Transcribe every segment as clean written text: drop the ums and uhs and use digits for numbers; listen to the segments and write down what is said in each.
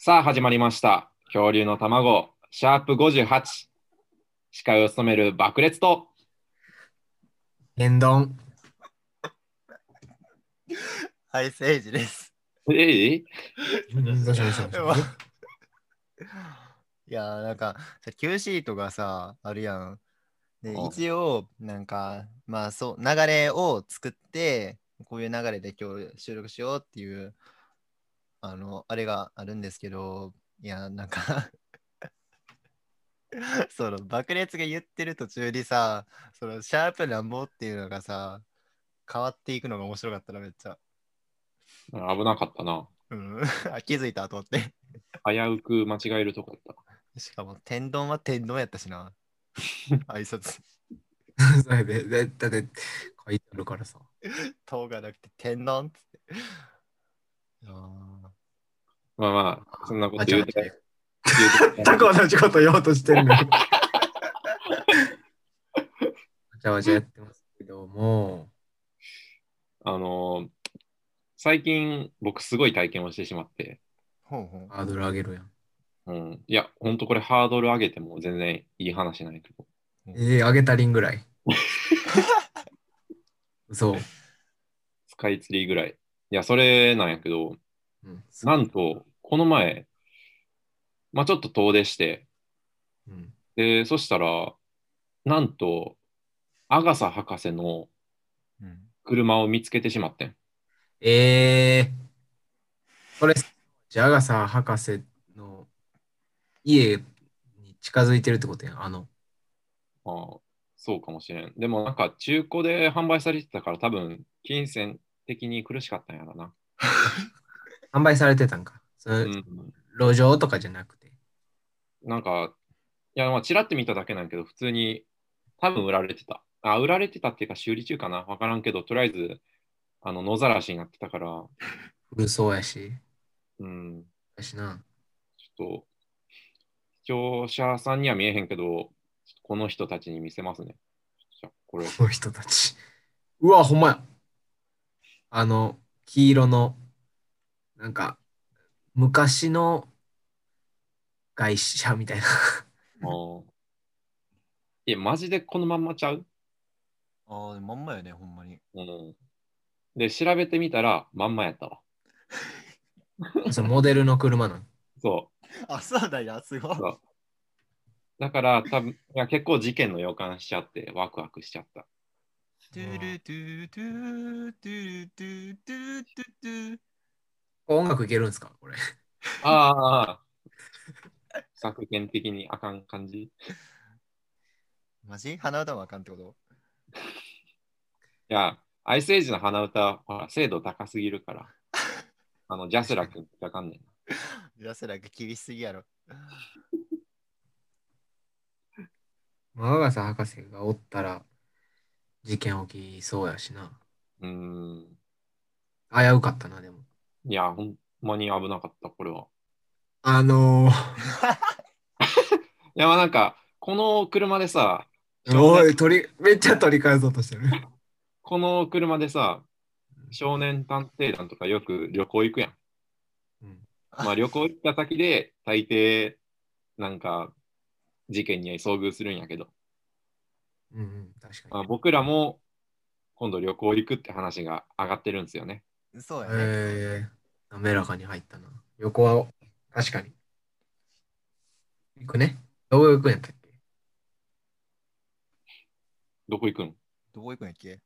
さあ始まりました。恐竜の卵、シャープ58。司会を務める爆裂と、 天丼。 はい、誠治です。 えどうしたどうしたどうでもしたいやー、Q シートがさ、あるやん。で、一応、流れを作って、こういう流れで今日収録しようっていう、あれがあるんですけど、いや、その爆裂が言ってる途中にさ、そのシャープなんぼっていうのがさ、変わっていくのが面白かったな、めっちゃ。 危なかったな。 うん、あ、気づいたと思って。 危うく間違えるとこだった。 しかも、天丼は天丼やったしな、挨拶。 それで、だって書いてあるからさ。 塔がなくて天丼っつって。あまあまあ、そんなことあちゃあちゃ言うて、言うて全く同じこと言おうとしてるのに。わちゃわちゃやってますけども、 あのー最近僕すごい体験をしてしまって、 ほうほう。 ハードル上げるやん。 うん、いや、ほんとこれハードル上げても全然いい話ないけど、 上げたりんぐらい。嘘。 スカイツリーぐらい。いや、それなんやけど、 うん。 なんと、この前、まあちょっと遠出して、 うん。 で、そしたら、なんと、アガサ博士のうん。 車を見つけてしまってん。 えー、それ、ジャガサ博士の家に近づいてるってことやん。 ああ、そうかもしれん。でもなんか中古で販売されてたから多分金銭的に苦しかったんやろな。 販売されてたんか。それうん。 路上とかじゃなくて。 なんか、いやまあチラって見ただけなんやけど、普通に多分売られてた。あ、売られてたっていうか修理中かなわからんけど、とりあえず野ざらしになってたから、 古そうやし。 うん、 やしな。 ちょっと視聴者さんには見えへんけど、この人たちに見せますね。じゃあこれ。 この人たち。うわ、ほんまや。黄色の、なんか、昔の外車みたいな。 あーマジでこのまんまちゃう？ ああ、まんまやね、ほんまに。 うん。で、調べてみたら、まんまやったわ。 そのモデルの車なの。 そあ、そうだよ、すごい。 う。そう。だから多分、いや、結構事件の予感しちゃって、ワクワクしちゃった。 トゥルトゥトゥトゥルトゥトゥトゥトゥ。 音楽いけるんですかこれ。 ああ、作権的にあかん感じ。いマジ鼻歌もあかんってこと？ や、アイスエイジの鼻歌、ほら、精度高すぎるから、ジャスラックに引っかかんねんな。 ジャスラック厳しすぎやろ。 マガサ博士がおったら事件起きそうやしな。 うーん。 危うかったな、でも。 いや、ほんまに危なかった、これは。 あのー、 いや、まあなんか、この車でさ、少年、 おい、めっちゃ取り返そうとしてる。 この車でさ、少年探偵団とかよく旅行行くやん。 うん。 まあ旅行行った先で大抵なんか事件に遭遇するんやけど、 うんうん、確かに。 まあ、僕らも今度旅行行くって話が上がってるんですよね。 そうやね。 滑らかに入ったな。横は、確かに。行くね。どこ行くんやったっけ？ どこ行くん？ どこ行くんやっけ？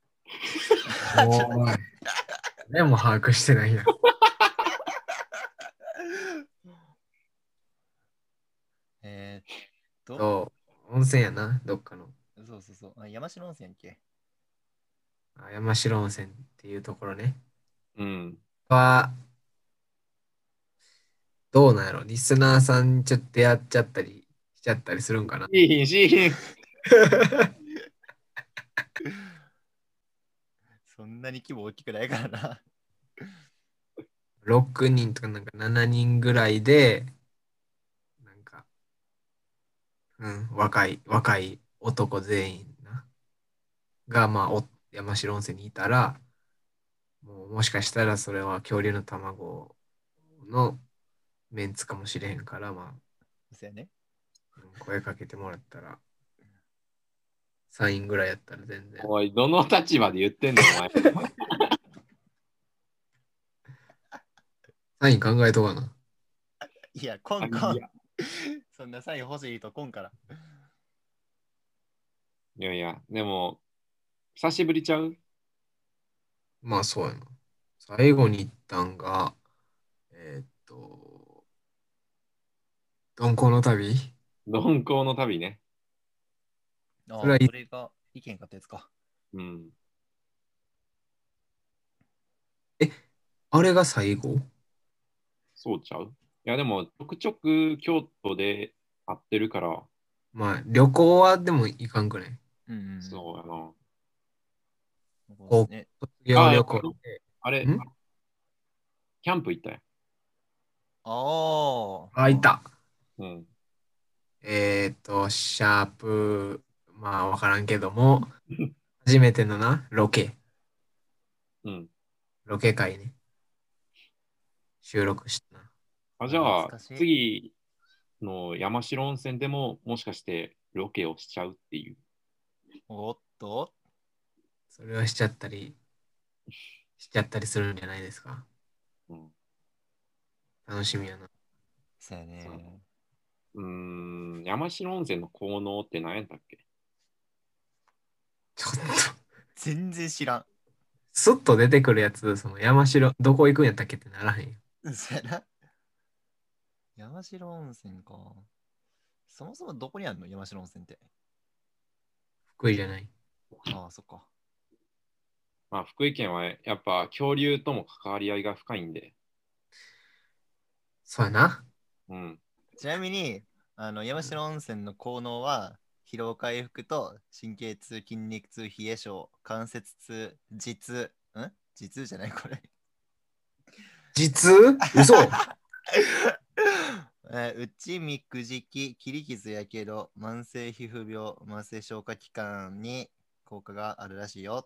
おーい。でも把握してないやん。 えーっと、 温泉やな、どっかの。 そうそうそう。あ、山城温泉やっけ？ 山城温泉っていうところね。 うん。 は、どうなんやろリスナーさんにちょっと出会っちゃったりしちゃったりするんかな。 いいひん、しいひん。 そんなに規模大きくないからな。 6人とかなんか7人ぐらいで、なんか、若い男全員が、まあ、山城温泉にいたら、もしかしたらそれは恐竜の卵のメンツかもしれへんから、まそうやね。 あ、声かけてもらったら、サインぐらいやったら全然。 おい、どの立場で言ってんの、お前。 サイン考えとかな。 いや、コンコン。 いやそんなサイン欲しいとコンから。 いやいや、でも、久しぶりちゃう？ まあそうやな。最後に行ったんが、鈍行の旅。 鈍行の旅ね。 それはいいそれが意見かったやつか。 うん。 あれが最後？ そうちゃう？いや、でも、ちょくちょく京都で会ってるから、 まあ旅行はでも行かんくない？ うんそうやな。 高校ね。 卒業旅行あれ、 で。 キャンプ行ったやん。 ああ。 あ、いた。 うん。 シャープ、まあわからんけども、初めてのな、 うん。 ロケ会ね、収録したな。 あ、じゃあ、 懐かしい。 次の山城温泉でも、もしかしてロケをしちゃうっていう。 おっと。 それはしちゃったりするんじゃないですか。 うん。 楽しみやな。 そうやそうね。 山城温泉の効能って何やったっけ？ ちょっと、 全然知らスッと出てくるやつ、その山城、どこ行くんやったっけってならへんよ。 ん。そうやな。山城温泉か。そもそもどこにあるの山城温泉って。 福井じゃない。 ああ、そっか。 まあ、福井県はやっぱ恐竜とも関わり合いが深いんで、 そうやな。 うん。 ちなみに、山城温泉の効能は、疲労回復と神経痛、筋肉痛、冷え性、関節痛、頭痛じゃないこれ。 実嘘内身くじき、切り傷やけど、慢性皮膚病、慢性消化器官に効果があるらしいよ。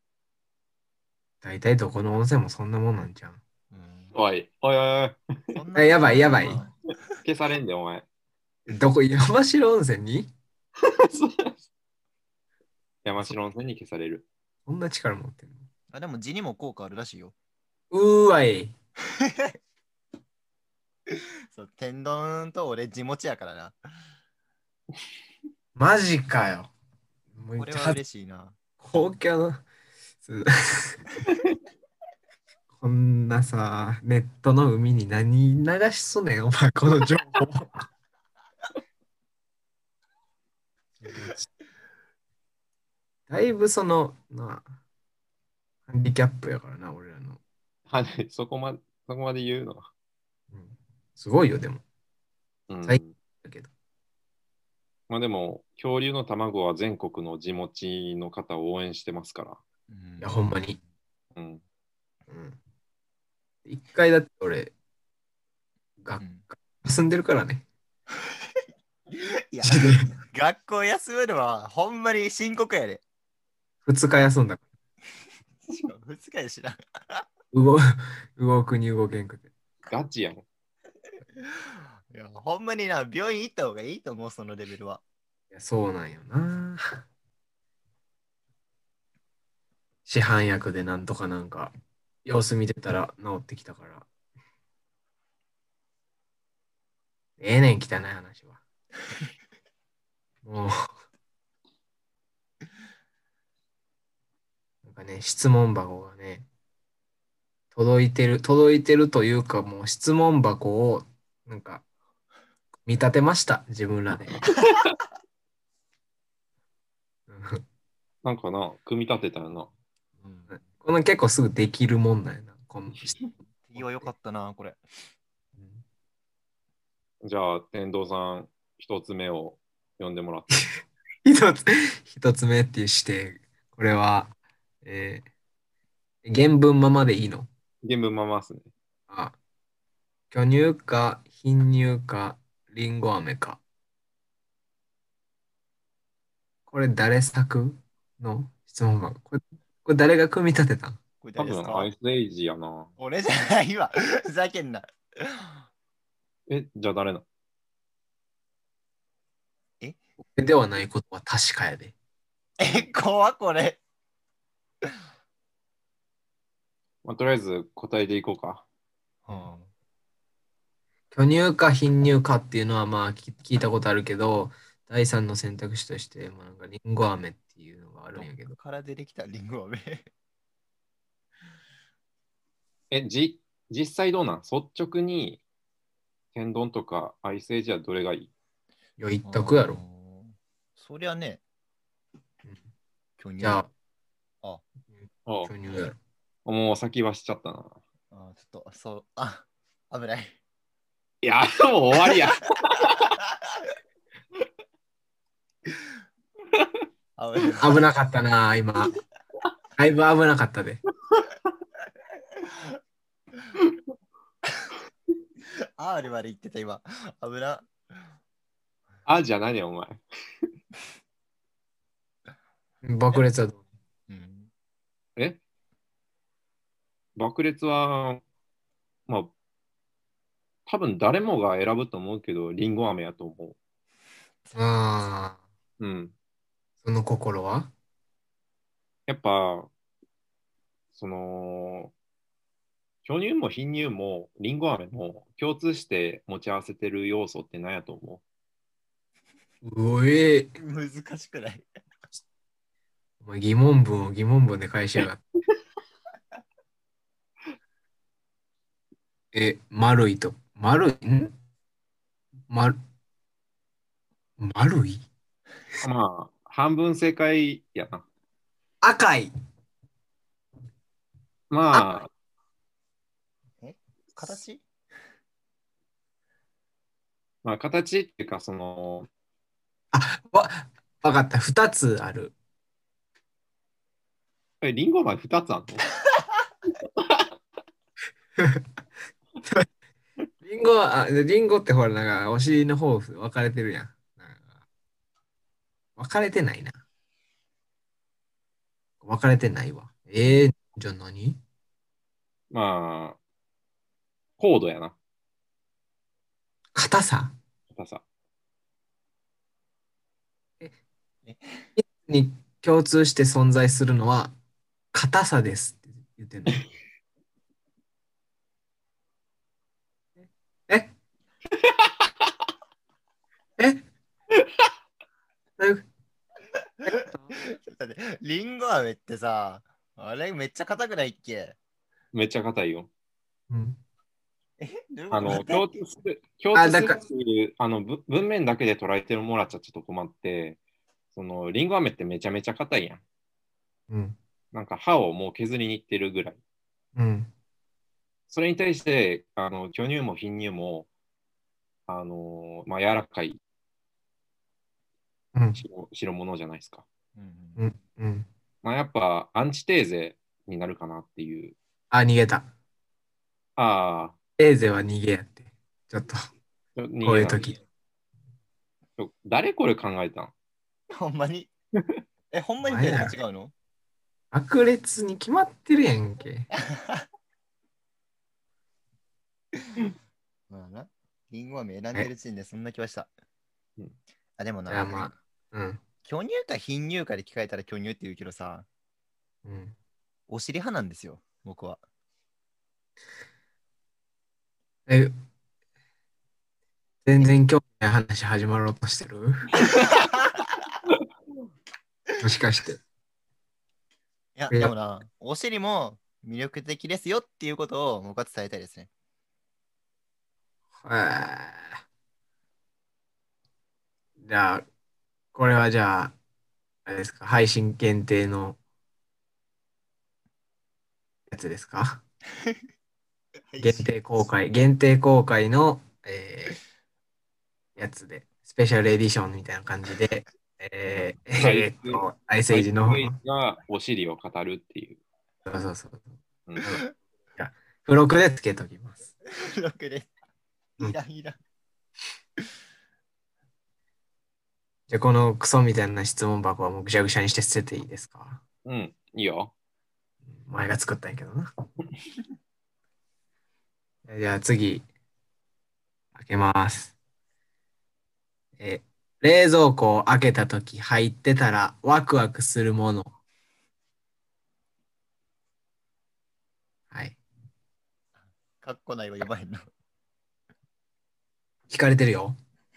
大体どこの温泉もそんなもんなんじゃん。 うん、 おい、おいおいそんなやばいやばい。 おい、消されんで、お前。 どこ、山城温泉に山城温泉に消される。 そんな力持ってんの？ あ、でも字にも効果あるらしいよ。 うーわい。 そう、天丼と俺地持ちやからな。 マジかよ。 これは嬉しいな。 公共の、こんなさ、ネットの海に何流しそねん、お前、この情報。だいぶハンディキャップやからな、俺らの。 はね、そこまで言うのは。 うん、すごいよ、でも。最近うん。 だけど。 まあでも、恐竜の卵は全国の地持ちの方を応援してますから。 うんいや、ほんまに。 うん。 うん。一回だって俺、学うん住んでるからね。 いや、学校休むのはほんまに深刻やで。 二日休んだか 2日で知らん。 ら。動くに動けんくて。 ガチやん。 いや、ほんまにな、病院行った方がいいと思う、そのレベルは。 いや、そうなんよな。市販薬でなんとかなんか、様子見てたら治ってきたから。ええねん、汚い話は。もう、なんかね、質問箱がね、届いてるというか、もう質問箱を、なんか、見立てました、自分らで。 なんかな、組み立てたよな。 この結構すぐできるもんなんやな。この手際良かったな、これ。 じゃあ、天童さん、一つ目を読んでもらって。 一つ目っていう指定。これは、原文ままでいいの？ 原文まますね。 あ、巨乳か、貧乳か、リンゴ飴か。これ誰作の質問箱？これ誰が組み立てたん？ これ多分、ア誰ですか？ イスエイジやな。 俺じゃないわ。ふざけんな。 じゃあ誰なの？ ではないことは確かやで。 怖っこれ。 まあ、とりあえず答えでいこうか。 巨乳か貧乳かっていうのはまあ聞いたことあるけど、第三の選択肢として、まあ、なんかリンゴ飴っていうのがあるんやけど。 から出てきたリンゴ飴。 実際どうなん？率直に天丼とかアイスエイジはどれがいい？ いや、一択やろ。 そりゃね、 うん巨乳。 じゃあ、 あ、 お巨乳やろ。 もう先はしちゃったな。 ちょっと、そう、危ない。 いや、もう終わりや。 危なかったな、今。だいぶ危なかったで。 R まで言ってた今。危な。 じゃあ何お前。 爆裂はどう？ え爆裂は、まあ、多分誰もが選ぶと思うけど、リンゴ飴やと思ああ、 う。うん。 その心は？ やっぱ、その、巨乳も貧乳もリンゴ飴も共通して持ち合わせてる要素って何やと思難しくない？ お前疑問文を疑問文で返しやがって。丸いと。丸、丸いまあ、半分正解やな。 赤い。 まあ、 形？ 形っていうか、 わかった。二つある。 リンゴ飴2つあんの？ リンゴってほら、なんか、お尻の方分かれてるやん。なんか分かれてないな。分かれてないわ。じゃあ何？ まあ、高度やな。 硬さ硬さ。 に共通して存在するのは、硬さですって言ってるの。ええだってリンゴ飴ってさ、あれめっちゃ硬くないっけ？ めっちゃ硬いよ。 うん、 どういうこと？ 共通するだから、 っていう、文面だけで捉えてもらっちゃちょっと困って、リンゴ飴ってめちゃめちゃ硬いやん。 うん、 なんか歯をもう削りにいってるぐらい。 うん、 それに対して、巨乳も貧乳も、まあ、柔らかいうん、 白物じゃないですか。 うん、うん。 まあ、やっぱアンチテーゼになるかなっていう。 あ、逃げた。 あエーゼは逃げやって。ちょっと、 逃げた。 こういう時。 誰これ考えたん？ ほんまに？ほんまに2 お前ら、 人違うの？ 爆裂に決まってるやんけ。 まあな。リンゴ飴選んでる時点でそんな気はした。 うんでもな、 じゃあまあ、うん、 巨乳か貧乳かで聞かれたら巨乳って言うけどさ、 うん。 お尻派なんですよ、僕は。 え、全然興味ない話始まろうとしてる？もしかして。 いや、 いや、 でもな、お尻も魅力的ですよっていうことを僕は伝えたいですね。 じゃあ、これはじゃあ、あれですか、配信限定のやつですか？限定公開の、やつで、スペシャルエディションみたいな感じで、 アイス、 アイスエアイスイジの、 エイジがお尻を語るっていう。 そうそうそう。 うん、 じゃあ付録でつけときます。 付録で。 うんいらんいらん。 じゃあ、このクソみたいな質問箱はもうぐしゃぐしゃにして捨てていいですか？ うん、いいよ。 前が作ったんやけどな。じゃあ次、 けます。え、冷蔵庫を開けたとき入ってたらワクワクするもの。はい。 かっこないは読まへんの。 聞かれてるよ。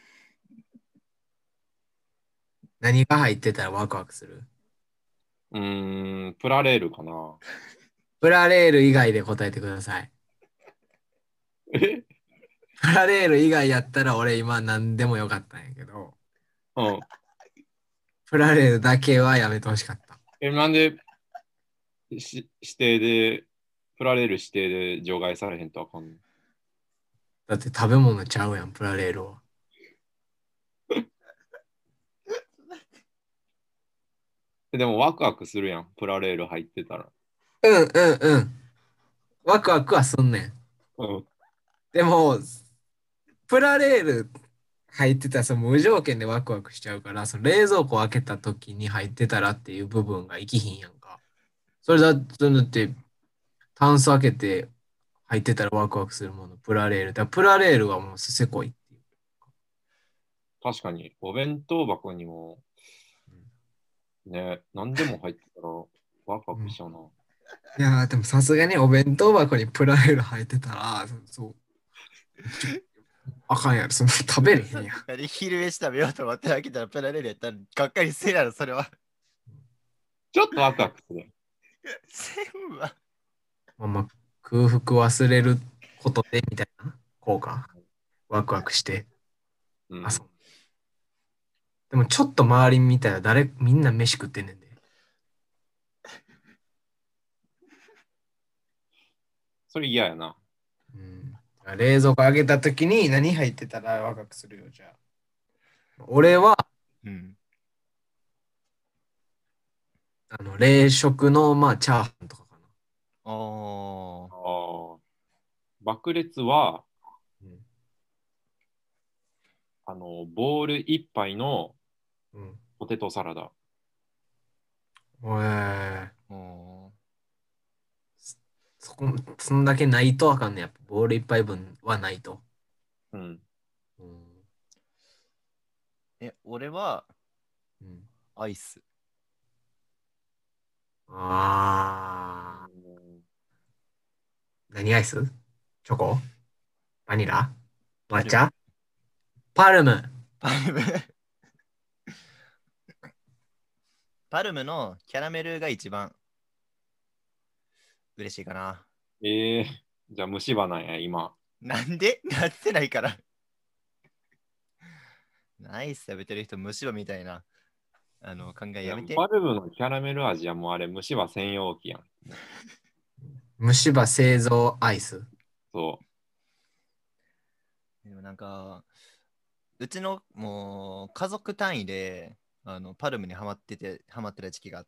何が入ってたらワクワクする？ プラレールかな。 プラレール以外で答えてください。 えプラレール以外やったら俺今何でもよかったんやけど、 うん。 プラレールだけはやめてほしかった。 なんで指定で、プラレール指定で除外されへんとあかんの？ だって食べ物ちゃうやん、プラレールは。 でもワクワクするやん、プラレール入ってたら。 うんうんうん。ワクワクはすんねん。 うん。 でも、プラレール入ってたらその無条件でワクワクしちゃうから、その冷蔵庫開けた時に入ってたらっていう部分が生きひんやんか。それだって、タンス開けて入ってたらワクワクするもの、プラレール。だからプラレールはもうせこいっていう。 確かに、お弁当箱にもね、何でも入ってたらワクワうん。 クしちゃうな。 いやー、でもさすがにお弁当箱にプラレール入ってたら、ちょあかんやろ、その食べれへんやん。 何昼飯食べようと思って開けたらプラレールやったらがっかりせえやろ、それは。 ちょっとワクワクする。 せんわ。 まあ、空腹忘れることでみたいな効果。ワクワクして。 うん。 あ、そう。でもちょっと周り見たらみんな飯食ってんねんで。 それ嫌やな。 うん。冷蔵庫開けた時に何入ってたらワクワクするよ、じゃあ。俺は、 うん。 冷食の、まあ、チャーハンとかかな。 ああ。 ああ。爆裂は、 うん。 ボール一杯のうん。 ポテトサラダ。 えおそんだけないとあかんねやっぱ。ボール一杯分はないと。 うん。 うん。 俺はうん、 アイス。 うあんー、何アイス？チョコ？バニラ？ パルム。 抹茶？パルム。 パルム。パルムのキャラメルが一番嬉しいかな。 ええじゃあ虫歯なんや、今。 なんでなってないから。アイス食べてる人、虫歯みたいな考えいや、 やめて。 バルブのキャラメル味はもうあれ虫歯専用機やん。 虫歯製造アイス。 そでもなんか、うちのもう家族単位でパルムにハマってた時期があって、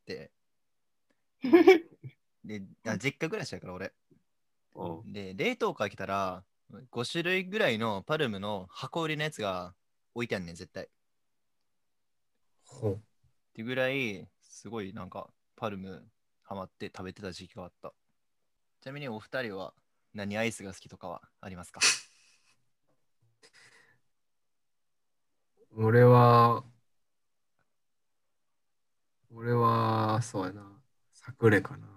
で、実家暮らしやから俺。 う。うん。 で、冷凍庫開けたら、5種類ぐらいのパルムの箱売りのやつが置いてあんねん、絶対。っほう。 てぐらい、すごいなんか、パルムハマって食べてた時期があった。ちなみにお二人は何アイスが好きとかはありますか？ 俺は、そうやな。サクレかな。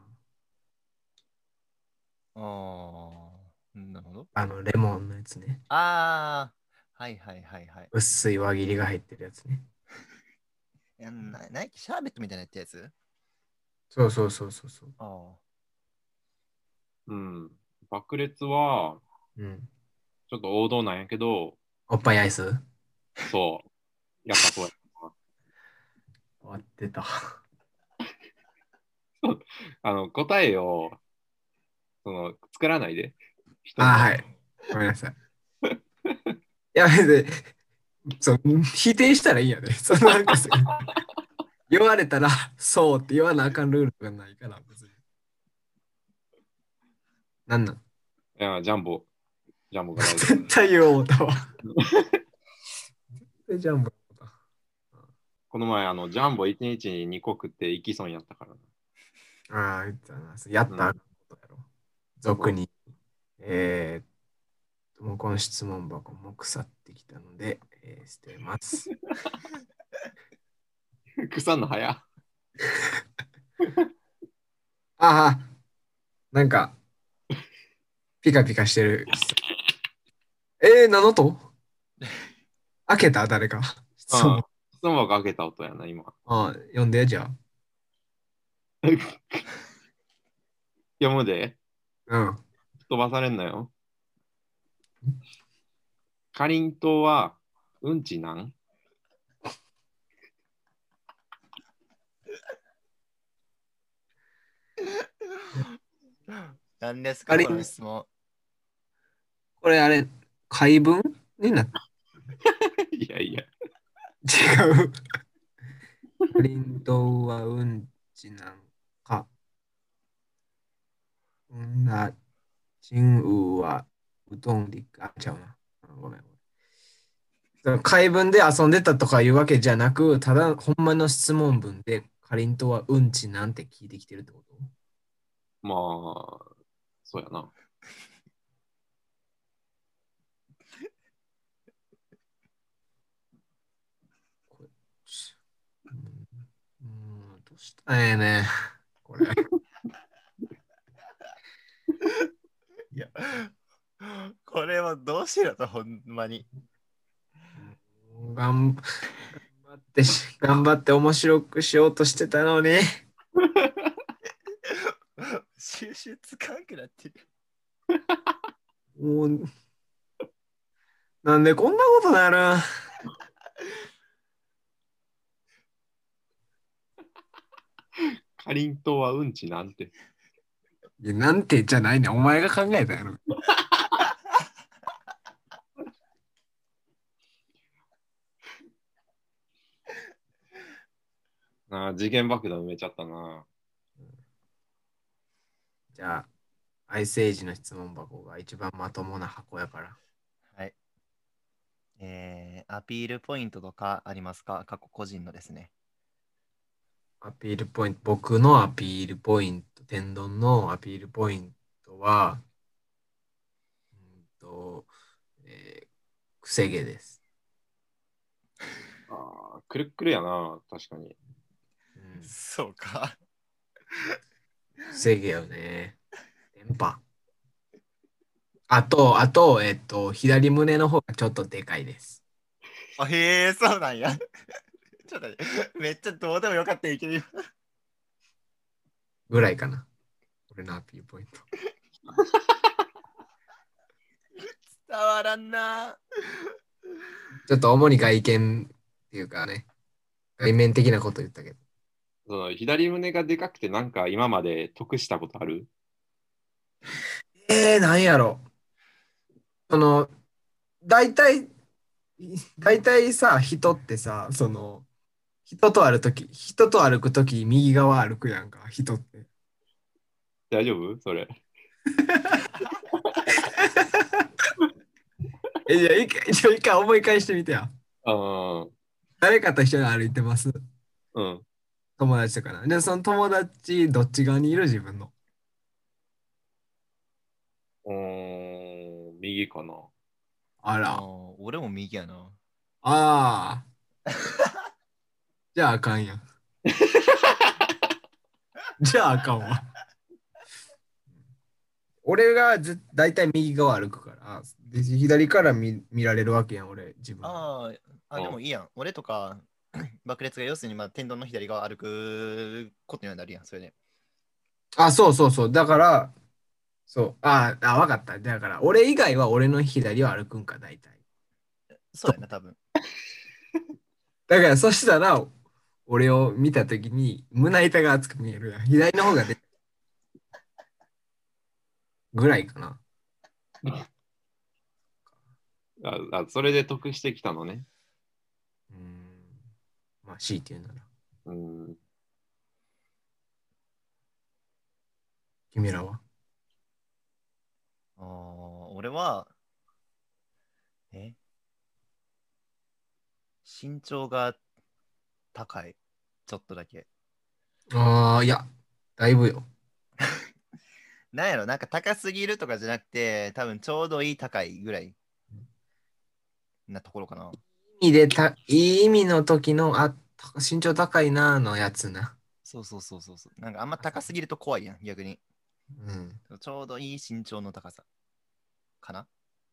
ああ、なるほど。 レモンのやつね。 ああ、はいはいはいはい。 薄い輪切りが入ってるやつね。 ナイキシャーベットみたいなやつ？ そうそうそうそうそう。 あうん。爆裂は、 うん。 ちょっと王道なんやけど、 おっぱいアイス終そう。やっぱそうやわってた。 な。答えを、作らないで。 あ、 人の。 はい。ごめんなさい。いや、別に、否定したらいいんやで。言われたら、そうって言わなあかんルールがないから、別に。なんなん？ いや、ジャンボが大好き。 絶対言おうとは。絶対ジャンボだ。 この前、ジャンボ1日に2個食って行きそうになったからな。 ああ、言ったな。やったうん。 ことやろ。俗そう。 に。もうこの質問箱、もう腐ってきたので、捨てます。 腐んの早。 ああ、なんか、ピカピカしてる。何の音開けた誰か。質問。 質問箱開けた音やな、今。 読んで、じゃあ。 読むで。 うん。 飛ばされんなよ。かりんとうはうんちなん何ですか、この質問。 これあれ、解文になっていやいや。 違う。かりんとうはうんちなんか。うんな、ちんうはうどんりか。ちゃうな。ごめん。その解文で遊んでたとかいうわけじゃなく、ただ、ほんまの質問文で、かりんとうはうんちなんて聞いてきてるってこと？ まあ、そうやな。 どうしたらええね。これ。 いや、これはどうしろと、ほんまに。 頑頑張って面白くしようとしてたのに。 収集つかんくなってる。 もう、なんでこんなことなるん？ かりんとうはうんちなんて。 いや、なんてじゃないねん。お前が考えたやろ。 次元爆弾埋めちゃったな。 じゃあ、アイスエイジの質問箱が一番まともな箱やから。 はい。アピールポイントとかありますか？過去個人のですね。 アピールポイント、僕のアピールポイント、天丼のアピールポイントは、うんと、くせ毛です。 くるっくるやな、確かに。 そうか。 くせ毛よね。電波。あと、左胸の方がちょっとでかいです。 へえ、そうなんや。ちょっと待って、めっちゃどうでもよかったんやけど。 ぐらいかな。俺のアピールポイント。 伝わらんな。 ちょっと主に外見っていうかね、外面的なこと言ったけど。 その左胸がでかくてなんか今まで得したことある？ なんやろ。その、大体、大体さ、人ってさ、人と歩くとき、右側歩くやんか、人って。 大丈夫それ。 じゃあ一回思い返してみてや。 あ誰かと一緒に歩いてます。 うん。 友達とかな。で、その友達、どっち側にいる自分の。 右かな。 あら。 俺も右やな。 ああ。じゃああかんやん。じゃああかんわ。俺がだいたい右側歩くから、で左から見られるわけやん、俺、自分。 でもいいやん。俺とか、爆裂が要するに、天丼の左側歩くことにはなるやん、それで。 そうそうそう。だから、そう。わかった。だから、俺以外は俺の左を歩くんか、大体。 そうやな、多分。 だから、そしたら、俺を見たときに、胸板が熱く見えるやん。左の方がぐらいかな。 それで得してきたのね。 まあ、強いて言うなら。君らは？ 俺は、身長が高い。ちょっとだけ。 いや、だいぶよ。 なんやろ、なんか高すぎるとかじゃなくて、多分ちょうどいい高いぐらい。 なところかな。 いい意味の時の、身長高いなーのやつな。 そう。なんかあんま高すぎると怖いやん、逆に。 うん。 ちょうどいい身長の高さかな。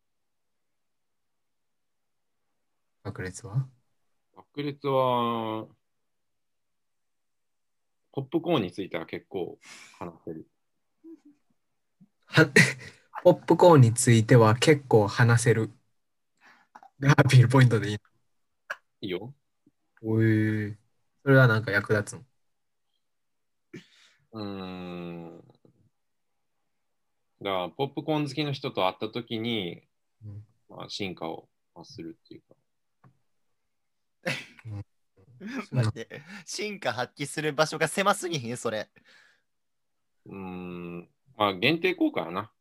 爆裂は爆裂は、ポップコーンについては結構話せる。 はポップコーンについては結構話せる。がアピールポイントでいい。 いいよ。 おい。それはなんか役立つの。 うーん。だから、ポップコーン好きの人と会ったときに、 うんまあ、進化をするっていうか。 そんな待って、進化発揮する場所が狭すぎひん、それ。 うーん。まあ、限定効果やな。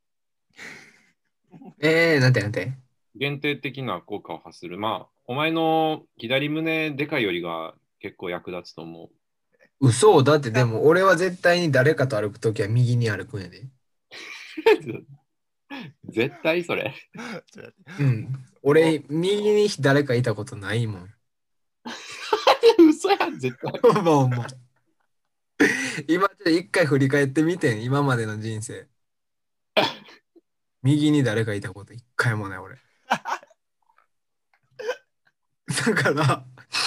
なんて限定的な効果を発する。まあ、お前の左胸でかいよりが結構役立つと思う。 嘘だってでも俺は絶対に誰かと歩くときは右に歩くんやで。 絶対それ。 ちょっと待ってうん。俺、右に誰かいたことないもん。 嘘やん、絶対。 もう。今ちょっと一回振り返ってみてん、今までの人生。右に誰かいたこと一回もない俺。だから、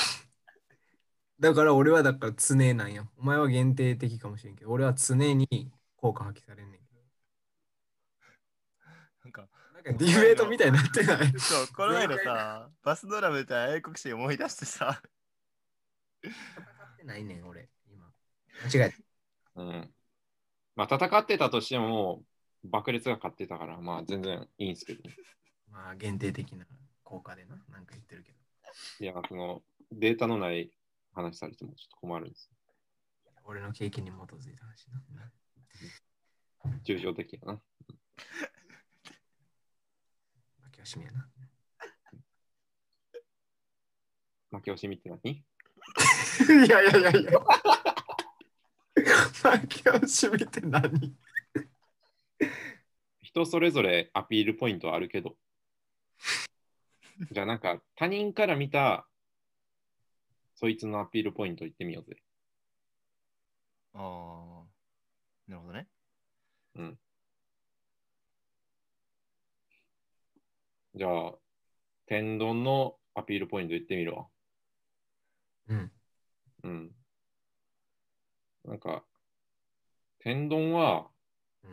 俺はだから常なんや。お前は限定的かもしれんけど、俺は常に効果発揮されんねんけど。 なんか、 なんかディベートみたいになってない。 そう、この前のさ、バスドラム対愛国心思い出してさ、 戦ってないねん、俺。今。間違えた。 うん。まあ、戦ってたとしても、爆裂が勝ってたから、まあ、全然いいんですけどね。 まあ、限定的な効果でな。なんか言ってるけど。 いや、その、データのない話されてもちょっと困るんです。 俺の経験に基づいた話な。 抽象的やな。 負け惜しみやな。 負け惜しみって何？ いや。負け惜しみって何？ 人それぞれアピールポイントはあるけど、じゃあなんか他人から見たそいつのアピールポイント言ってみようぜ。 ああ、なるほどね。 うん。じゃあ、天丼のアピールポイント言ってみるわ。 うん。 うん。なんか、天丼は、 うん。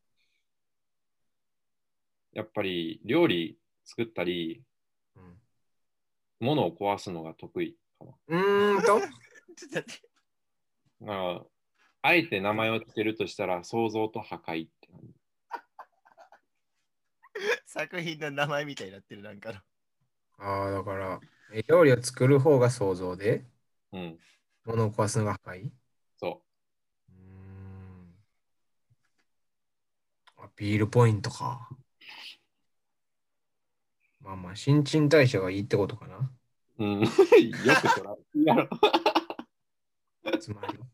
やっぱり料理作ったり、 うん物を壊すのが得意かな。 うーんと、 ちょっと待って。 まあ、あえて名前をつけるとしたら、創造と破壊って感じ。 作品の名前みたいになってる、なんかの。 だから、料理を作る方が想像で、 うん、 物を壊すのが破壊。 そアピールポイントか。まあ、新陳代謝がいいってことかな。 う。うん、よく捉えるやろ。 つまり。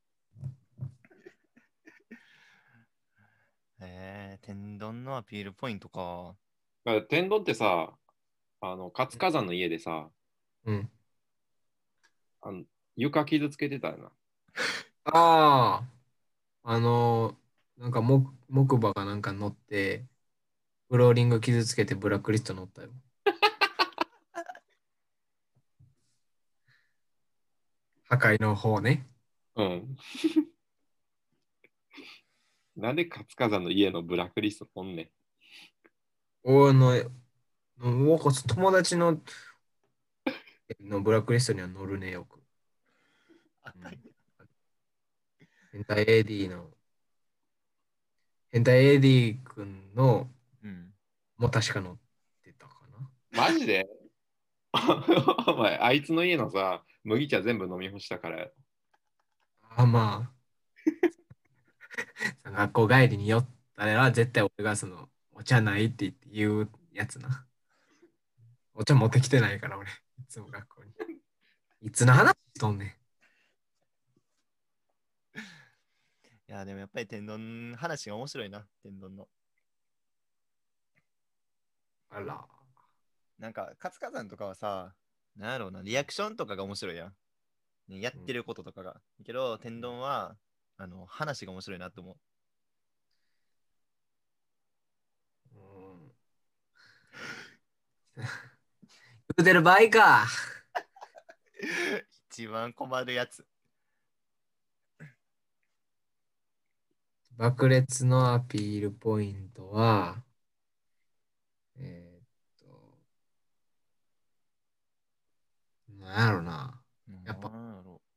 天丼のアピールポイントか。 だから天丼ってさ、活火山の家でさ、 うん。 あの床傷つけてたよな。 あなんか木馬がなんか乗って、フローリング傷つけてブラックリスト乗ったよ。破壊の方ね。 うん。なんで活火山の家のブラックリストおんねん。 お友達のブラックリストには乗るね、よく。うんあったんや。 変態 AD の、変態 AD 君のうん。 も確か乗ってたかな。 マジでお前、あいつの家のさ、麦茶全部飲み干したからよ。 まあ、学校帰りに寄ったら絶対俺がお茶ないって言うやつな。お茶持ってきてないから俺、いつも学校に。いつの話しとんねいや、でもやっぱり天丼話が面白いな、天丼の。 ん。あら。 なんか、活火山とかはさ、なんやろうな、リアクションとかが面白いやん。ねやってることとかが。けど、天丼は、話が面白いなと思う。 うん言うてる場合か。 一番困るやつ。 爆裂のアピールポイントは、えーっと、なんやろな。やっぱなんやろ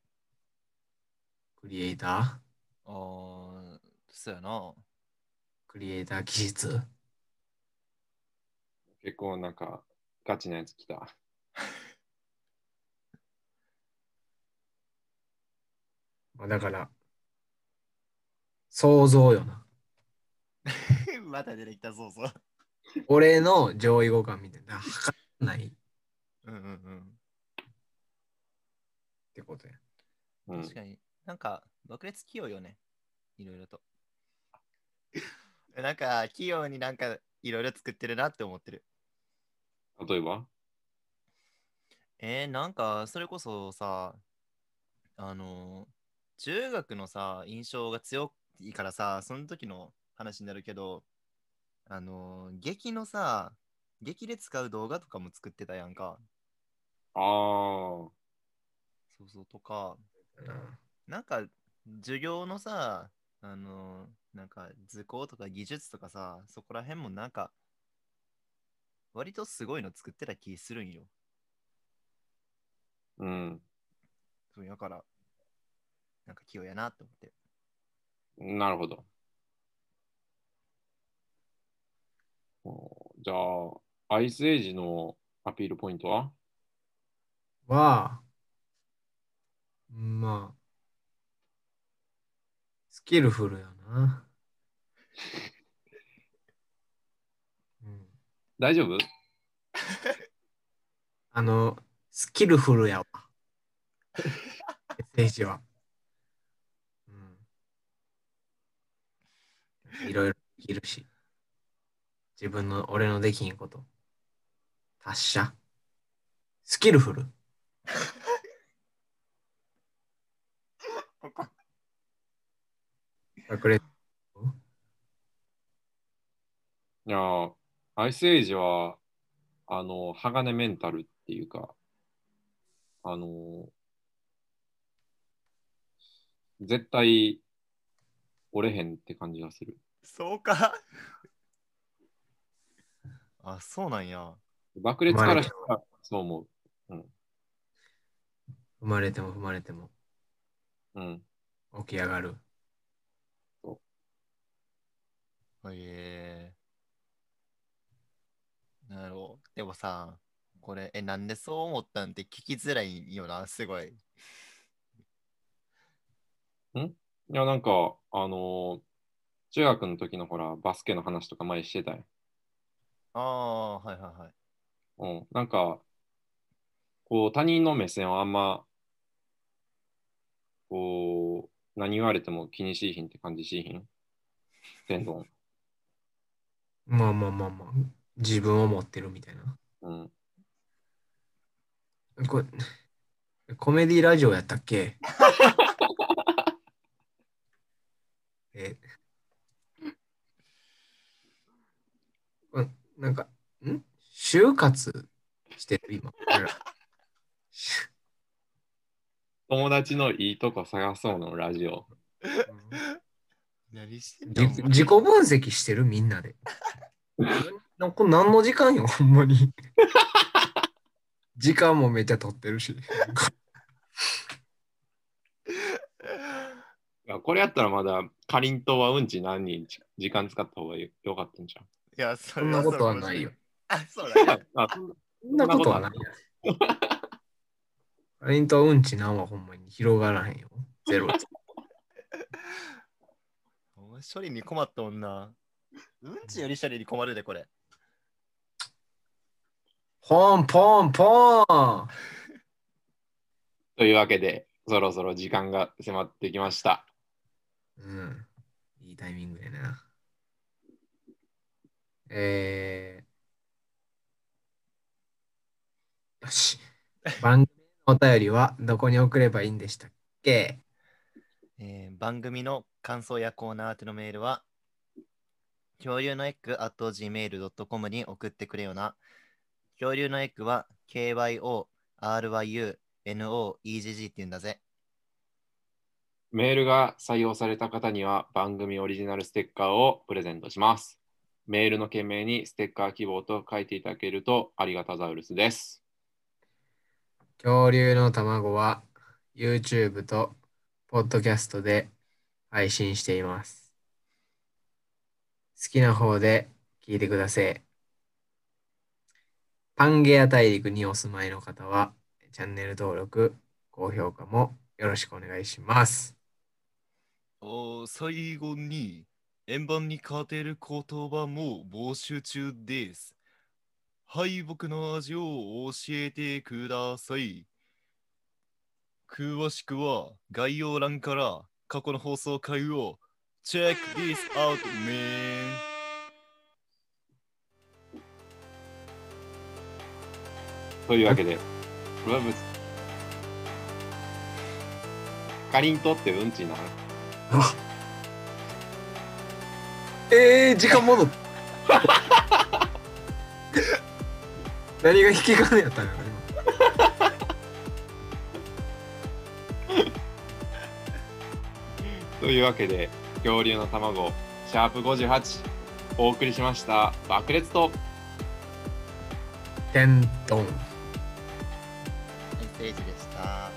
クリエイターそうやな。 クリエイター気質。 結構なんかガチなやつ来た。 まあ、だから、想像よな。 また出てきた、そうそう。 俺の上位互換みたいな。測らないっうんうんうん。 てことや。 うん、 確かに、なんか、爆裂器用よね。いろいろと。なんか、器用になんか、いろいろ作ってるなって思ってる。 例えばなんか、それこそさ、中学のさ、印象が強いからさ、その時の話になるけど、劇のさ、劇で使う動画とかも作ってたやんか。 ああ、 そうそうとか、 ななんか、授業のさ、なんか図工とか技術とかさ、そこら辺もなんか、割とすごいの作ってた気するんよ。 うん。 そうやから、なんか器用やなって思って。 なるほど。じゃあ、アイスエイジのアピールポイントはは、まあ、スキルフルやな。うん、 大丈夫スキルフルやわ。メッセージは。うん。いろいろできるし。俺のできんこと。達者。スキルフル。爆裂。 いやー、アイスエイジは、鋼メンタルっていうか、あの絶対折れへんって感じがする。 そうか。あ、そうなんや。 爆裂からしたらそう思う。うん。 生まれても踏まれてもうん。 起き上がる。 そえなるほど。でもさ、これ、なんでそう思ったんって聞きづらいよな、すごい。 う。いや、なんか、中学の時のほら、バスケの話とか前してたよ。 ああ、はいはいはい。 うん。なんか、こう、他人の目線をあんま、こう、何言われても気にしいひんって感じしいひん。天丼。 まあまあまあまあ。自分を持ってるみたいな。 うん。 コメディラジオやったっけ？え、なんか、就活してる今。俺ら友達のいいとこ探そうのラジオ。 うん何してんの自己分析してるみんなで。これ何の時間よ、ほんまに。時間もめっちゃ取ってるし。 いや、これやったらまだ、かりんとうはうんち何人時間使った方がよかったんじゃん。 いや、そそんなことはないよ。。 あ、そうだね。 あ、 そんなことはないよ。カリンとうんちなんはほんまに広がらへんよ。ゼロ。 処理に困った女。うんちより処理に困るで、これ。 ポンポンポン。 というわけで、そろそろ時間が迫ってきました。 うん。いいタイミングやな。えよし。番組のお便りはどこに送ればいいんでしたっけ？ 番組の感想やコーナー宛てのメールは、恐竜のエッグ @gmail.com に送ってくれよな。恐竜のエッグは KYORYUNOEGG って言うんだぜ。 メールが採用された方には番組オリジナルステッカーをプレゼントします。メールの件名にステッカー希望と書いていただけるとありがたザウルスです。 恐竜の卵は YouTube と Podcast で配信しています。好きな方で聞いてください。パンゲア大陸にお住まいの方はチャンネル登録、高評価もよろしくお願いします。 最後に円盤に勝てる言葉も募集中です。敗北の味を教えてください。詳しくは概要欄から過去の放送回を Check this out, man! というわけで、かりんとってうんちな。 時間戻った。何が引き金やったんやろ今。 というわけで、恐竜の卵、シャープ58、お送りしました。爆裂と、 テントン。 メッセージでした。